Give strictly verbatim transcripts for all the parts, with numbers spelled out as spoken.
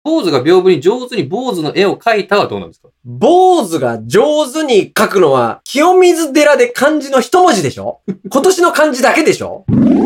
坊主が屏風に上手に坊主の絵を描いたはどうなんですか？ 坊主が上手に書くのは、清水寺で漢字の一文字でしょ？今年の漢字だけでしょ？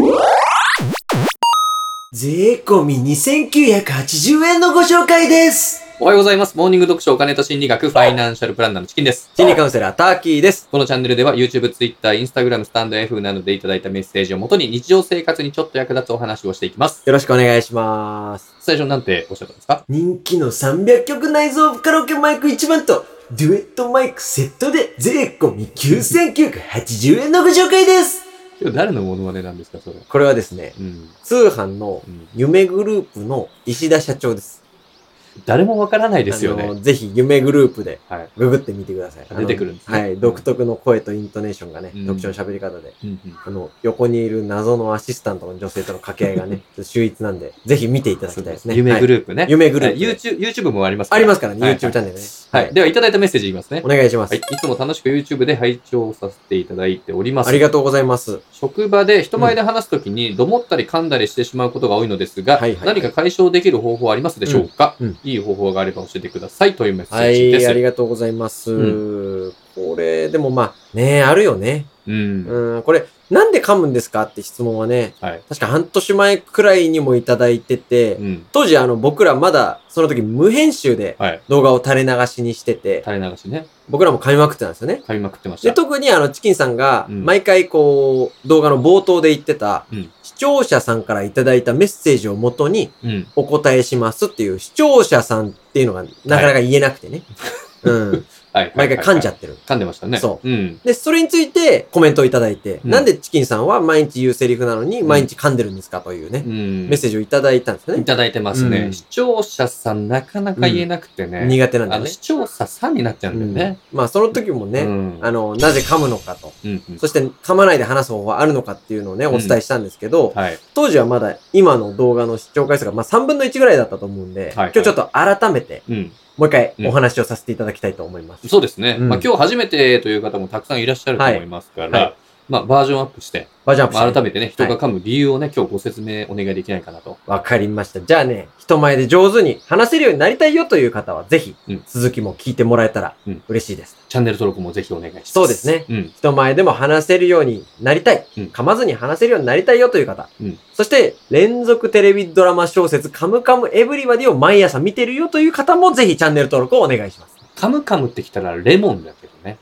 税込みにせんきゅうひゃくはちじゅうえんのご紹介です。 おはようございます。モーニング読書お金と心理学ファイナンシャルプランナーのチキンです。 心理カウンセラーターキーです。 このチャンネルでは YouTube、Twitter、Instagram、スタンド エフ などでいただいたメッセージをもとに日常生活にちょっと役立つお話をしていきます。 よろしくお願いします。 最初なんておっしゃったんですか？ 人気のさんびゃくきょく内蔵カラオケマイクいちばんとデュエットマイクセットで税込みきゅうせんきゅうひゃくはちじゅうえんのご紹介です。 今日誰のモノマネなんですかそれ？ これはですね、 うん、 通販の夢グループの石田社長です。 誰もわからないですよね。 あのぜひ夢グループではい、 ググってみてください。 出てくるんですね。 はい、独特の声とイントネーションがね、 うん、 特徴の喋り方で、 うんうん、 あの横にいる謎のアシスタントの女性との掛け合いがね、秀逸なんで、ぜひ見ていただきたいですね。 夢グループね。 はい、夢グループ、 はい。YouTube、YouTube もありますから。 ありますからね、 はい、 YouTube チャンネルね。 はい。はい、では、いただいたメッセージ言いますね。 お願いします。 はい。いつも楽しく YouTube で拝聴させていただいております。 ありがとうございます。 職場で人前で話すときに、どもったり噛んだりしてしまうことが多いのですが、はいはいはい、何か解消できる方法はありますでしょうか？うんうん、いい方法があれば教えてくださいというメッセージです。 はい、ありがとうございます。うん、これ、でもまあ、ねあるよね。うん。うん、これ、なんで噛むんですかって質問はね、はい、確か半年前くらいにもいただいてて、うん、当時あの僕らまだその時無編集で動画を垂れ流しにしてて、 はい、垂れ流しね。 僕らも噛みまくってたんですよね。 噛みまくってました。 で、特にあのチキンさんが毎回こう、動画の冒頭で言ってた、うん、視聴者さんからいただいたメッセージをもとにお答えしますっていう視聴者さんっていうのがなかなか言えなくてね。はい、うん。はい。毎回噛んじゃってる。 噛んでましたね。 そう。うん。で、それについてコメントをいただいて、うん、なんでチキンさんは毎日言うセリフなのに毎日噛んでるんですかというね、うん、メッセージをいただいたんですよね。 いただいてますね。うん、視聴者さんなかなか言えなくてね。 うん、苦手なんだよね。 あの、視聴者さんになっちゃうんだよね。 うん、まあ、その時もね、うん、あの、なぜ噛むのかと、うんうん、そして噛まないで話す方法はあるのかっていうのをね、お伝えしたんですけど、うんはい、当時はまだ今の動画の視聴回数がまあさんぶんのいちぐらいだったと思うんで、はいはい、今日ちょっと改めて、うんもう一回お話をさせていただきたいと思います。 うん、そうですね。うん、まあ今日初めてという方もたくさんいらっしゃると思いますから、はいはい、まあバージョンアップして、 バージョンアップして、 まあ、改めてね、人が噛む理由をね、はい、今日ご説明お願いできないかなと。 わかりました。じゃあね、人前で上手に話せるようになりたいよという方は、ぜひ、うん、続きも聞いてもらえたら嬉しいです、うん。 チャンネル登録もぜひお願いします。 そうですね。うん、人前でも話せるようになりたい、うん。噛まずに話せるようになりたいよという方。うん、そして、連続テレビドラマ小説、カムカムエヴリバディを毎朝見てるよという方も、ぜひチャンネル登録をお願いします。 カムカムってきたらレモンだけどね。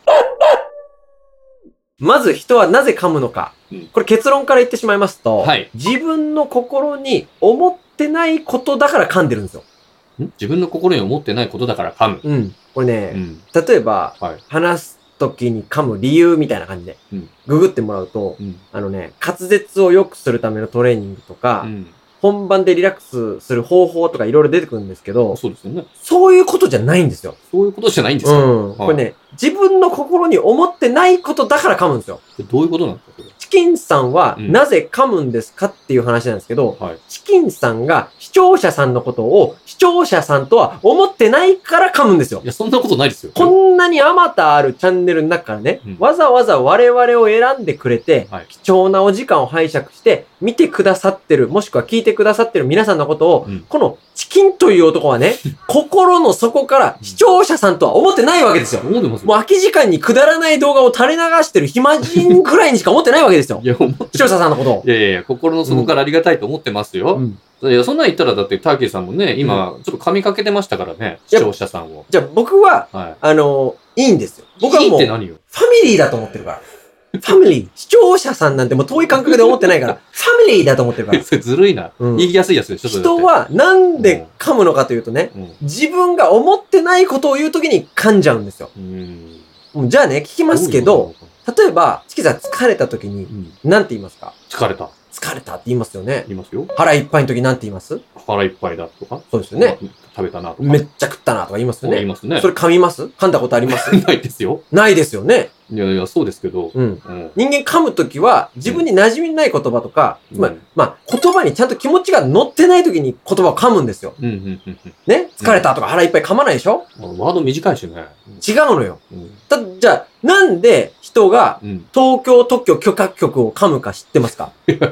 まず人はなぜ噛むのか。うん、これ結論から言ってしまいますと、はい、自分の心に思ってないことだから噛んでるんですよ。 ん自分の心に思ってないことだから噛む。 うん。これね、うん、例えば、はい、話す時に噛む理由みたいな感じで、うん、ググってもらうと、うん、あのね、滑舌を良くするためのトレーニングとか、うん本番でリラックスする方法とかいろいろ出てくるんですけど、 そうですよね。 そういうことじゃないんですよ。 そういうことじゃないんですか？ うん。はい、これね、自分の心に思ってないことだから噛むんですよ。 どういうことなんですか？これチキンさんはなぜ噛むんですかっていう話なんですけど、うんはい、チキンさんが視聴者さんのことを視聴者さんとは思ってないから噛むんですよ。 いや、そんなことないですよ。 こんなにあまたあるチャンネルの中からね、うん、わざわざ我々を選んでくれて、はい、貴重なお時間を拝借して見てくださってる、もしくは聞いてくださってる皆さんのことを、うん、このチキンという男はね、心の底から視聴者さんとは思ってないわけですよ。もう空き時間にくだらない動画を垂れ流してる暇人くらいにしか思ってないわけですよ。いや、思って視聴者さんのことを。 いやいやいや、心の底からありがたいと思ってますよ。うんいや、そんなん言ったらだってターキーさんもね、今、ちょっと噛みかけてましたからね、視聴者さんを。 じゃあ僕は、はい、あのー、いいんですよ。僕はもう、 いいって何よ？ ファミリーだと思ってるから。ファミリー。視聴者さんなんてもう遠い感覚で思ってないから、ファミリーだと思ってるから。 それずるいな。うん、言いやすいやつでしょ、 人はなんで噛むのかというとね、うん、自分が思ってないことを言うときに噛んじゃうんですよ。うんじゃあね、聞きますけど、例えば、チキさん疲れたときに、うん、なんて言いますか？ 疲れた。 疲れたって言いますよね。 言いますよ。 腹いっぱいの時なんて言います？ 腹いっぱいだとか。 そうですよね。 食べたなとか。 めっちゃ食ったなとか言いますよね。 言いますね。 それ噛みます？噛んだことあります？ ないですよ。 ないですよね。 いやいや、そうですけど。うん。 うん、人間噛むときは、自分に馴染みない言葉とか、うん、まあ、まあ、言葉にちゃんと気持ちが乗ってないときに言葉を噛むんですよ。うんうんうんうん、ね疲れたとか腹いっぱい噛まないでしょ、 うん、ワード短いしね。 違うのよ。うん、だじゃあ、なんで人が東京特許許可局を噛むか知ってますか？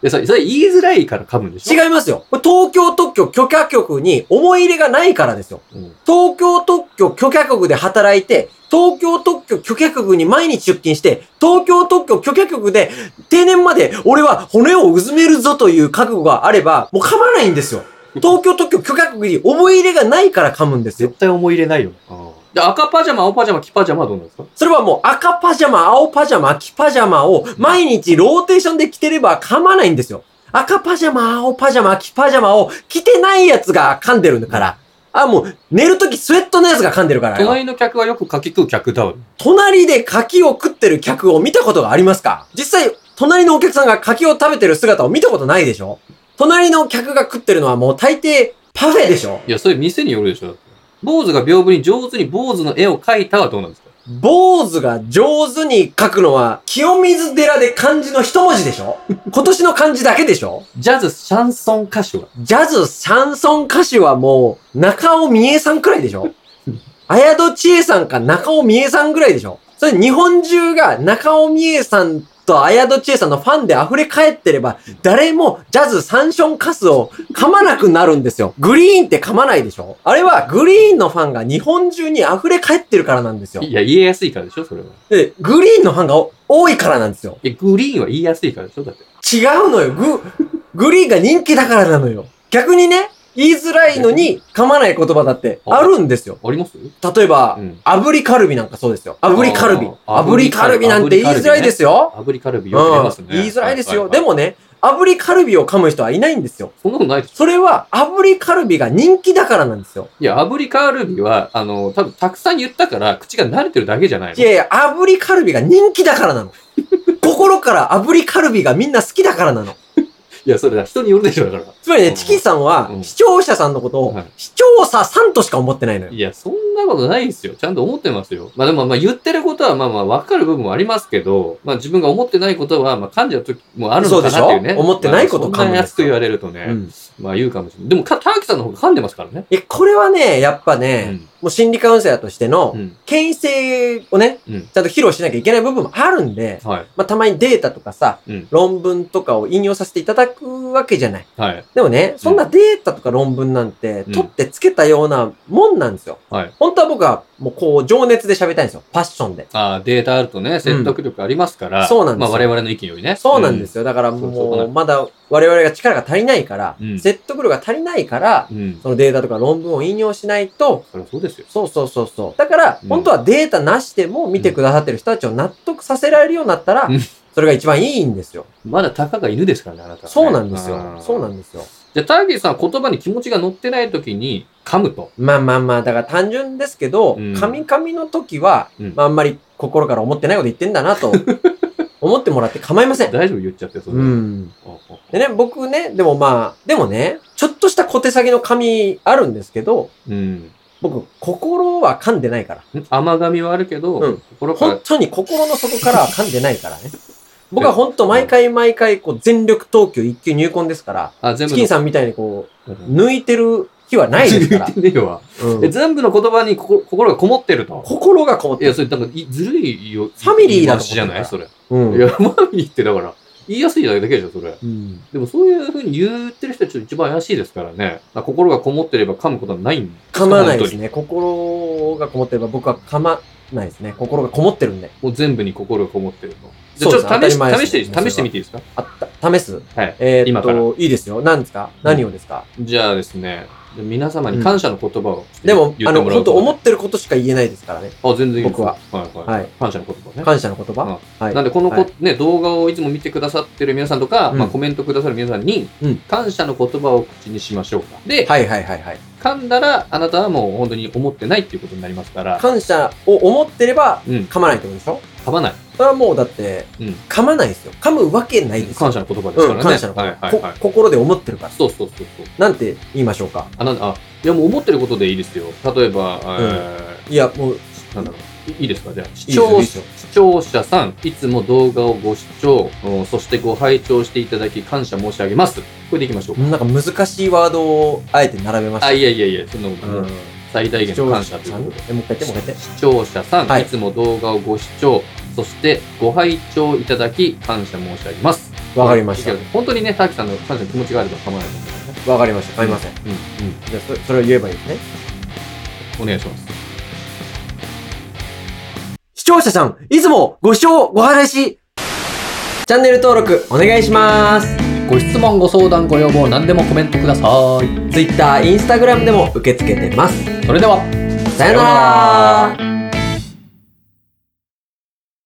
で、それ言いづらいから噛むんでしょ？ 違いますよ。これ東京特許許可局に思い入れがないからですよ。うん、東京特許許可局で働いて、東京特許許可局に毎日出勤して、東京特許許可局で定年まで俺は骨をうずめるぞという覚悟があれば、もう噛まないんですよ。東京特許許可局に思い入れがないから噛むんですよ。 絶対思い入れないよ。で、赤パジャマ、青パジャマ、黄パジャマはどうなんですか？ それはもう赤パジャマ、青パジャマ、黄パジャマを毎日ローテーションで着てれば噛まないんですよ。赤パジャマ、青パジャマ、黄パジャマを着てないやつが噛んでるから。あ、もう寝るときスウェットのやつが噛んでるから。 隣の客はよく柿食う客だわ。 隣で柿を食ってる客を見たことがありますか？実際、隣のお客さんが柿を食べてる姿を見たことないでしょ？隣の客が食ってるのはもう大抵パフェでしょ？ いや、それ店によるでしょ。坊主が屏風に上手に坊主の絵を描いたはどうなんですか？ 坊主が上手に描くのは、清水寺で漢字の一文字でしょ？今年の漢字だけでしょ？ ジャズ、シャンソン歌手はジャズ、シャンソン歌手はもう、中尾美恵さんくらいでしょ？綾戸千恵さんか中尾美恵さんくらいでしょ？それ日本中が中尾美恵さんと綾戸千恵さんのファンで溢れ返ってれば、誰もジャズサンションカスを噛まなくなるんですよ。グリーンって噛まないでしょ？あれはグリーンのファンが日本中に溢れ返ってるからなんですよ。 いや、言えやすいからでしょ、それは。 で、グリーンのファンが多いからなんですよ。 え、グリーンは言いやすいからでしょ、だって。 違うのよ。グ、グリーンが人気だからなのよ。逆にね、言いづらいのに噛まない言葉だってあるんですよ。 あります？ 例えば、うん、炙りカルビなんかそうですよ。炙りカルビ。炙りカルビなんて言いづらいですよ。 炙りカルビよく出ますね、 うん。言いづらいですよ。でもね、炙りカルビを噛む人はいないんですよ。 そんなことないです。 それは、炙りカルビが人気だからなんですよ。 いや、炙りカルビは、あの、多分たくさん言ったから、口が慣れてるだけじゃないの？ いやいや、炙りカルビが人気だからなの。心から炙りカルビがみんな好きだからなの。 いや、それだ、人によるでしょ、だから。 つまりね、チキさんは、視聴者さんのことを、視聴者さんとしか思ってないのよ。 いや、そんなことないですよ。ちゃんと思ってますよ。まあでも、まあ言ってることは、まあまあ分かる部分もありますけど、まあ自分が思ってないことは、まあ噛んじゃう時もあるのかなっていうね。 思ってないこと噛むんですよ。そんな安く言われるとね、うん、まあ言うかもしれない。でも、たーきさんの方が噛んでますからね。 え、これはね、やっぱね、うん、もう心理カウンセラーとしての、権威性をね、うん、ちゃんと披露しなきゃいけない部分もあるんで、はい、まあたまにデータとかさ、うん、論文とかを引用させていただくわけじゃない。はい、でもね、そんなデータとか論文なんて、取ってつけたようなもんなんですよ。はい、本当は僕は、もうこう、情熱で喋りたいんですよ。パッションで。 ああ、データあるとね、説得力ありますから。うん、そうなんですよ。まあ我々の意見よりね。 そうなんですよ。だからもう、まだ我々が力が足りないから、うん、説得力が足りないから、うん、そのデータとか論文を引用しないと、 そりゃそうですよ。 そうそうそうそう。だから、うん、本当はデータなしでも見てくださってる人たちを納得させられるようになったら、うん、それが一番いいんですよ。 まだたかが犬ですからね、あなたは、ね。 そうなんですよ。そうなんですよ。 じゃあ、ターゲーさんは言葉に気持ちが乗ってない時に噛むと。 まあまあまあ、だから単純ですけど、うん、噛み噛みの時は、うん、まああんまり心から思ってないこと言ってんだなと、思ってもらって構いません。 大丈夫言っちゃって、それ。うん。 でね、僕ね、でもまあ、でもね、ちょっとした小手先の噛みあるんですけど、うん。僕、心は噛んでないから。 甘噛みはあるけど、 うん、心から。本当に心の底からは噛んでないからね。僕は本当毎回毎回こう全力投球一球入魂ですから、あ、全部チキンさんみたいにこう、抜いてる日はないですから。 抜いてねえわ。うん、え全部の言葉に心がこもってると。 心がこもってる。 いや、それなんかずるいよ。 ファミリーだとじゃないそれ。うん。いや、ファミリーってだから、言いやすいだけでしょ、それ。うん。でもそういうふうに言ってる人たち一番怪しいですからね。心がこもってれば噛むことはないんですか？噛まないですね。心がこもってれば僕は噛まないですね。心がこもってるんで。 もう全部に心がこもってるの。じゃあちょっと試し、試して、試してみていいですか？ あった、試す？はい。えー、っと、いいですよ。何ですか？何をですか？ じゃあですね、皆様に感謝の言葉を、 うん、でも、あの、本当思ってることしか言えないですからね。 あ、全然いいです。 僕は。 はいはい。はい、感謝の言葉ね。 感謝の言葉、 はい。なんで、このこ、はい、ね、動画をいつも見てくださってる皆さんとか、うん、まあコメントくださる皆さんに、うん、感謝の言葉を口にしましょうか。で、 はいはいはいはい。 噛んだら、あなたはもう本当に思ってないっていうことになりますから。 感謝を思ってれば、噛まないってことでしょ？ 噛まない。 それはもうだって、うん、噛まないですよ。噛むわけないですよ。 感謝の言葉ですからね。うん、 感謝の言葉。はいはいはい、心で思ってるから。 そうそうそうそう。 なんて言いましょうか。 あ、なんあ、いやもう思ってることでいいですよ。例えば、うん、 えー、いやもう、 なんだろう。いいですかじゃあ視聴、視聴者さん、いつも動画をご視聴、そしてご拝聴していただき感謝申し上げます。これでいきましょうか。 なんか難しいワードをあえて並べました。 あ、いやいやいや、そんなことない。うん、最大限の感謝ということで。 もう一回言って、もう一回言って。 視聴者さん、はい、いつも動画をご視聴、そしてご拝聴いただき感謝申し上げます。 わかりました。 本当にね、タキさんの感謝の気持ちがあれば構わないと思うんですね。わかりました。買いません。うん。うん。じゃあ、そ、それを言えばいいですね。 お願いします。 視聴者さん、いつもご視聴ご話し、チャンネル登録お願いします。 ご質問、ご相談、ご要望、何でもコメントください。 Twitter、Instagram でも受け付けてます。 それでは、 さよなら。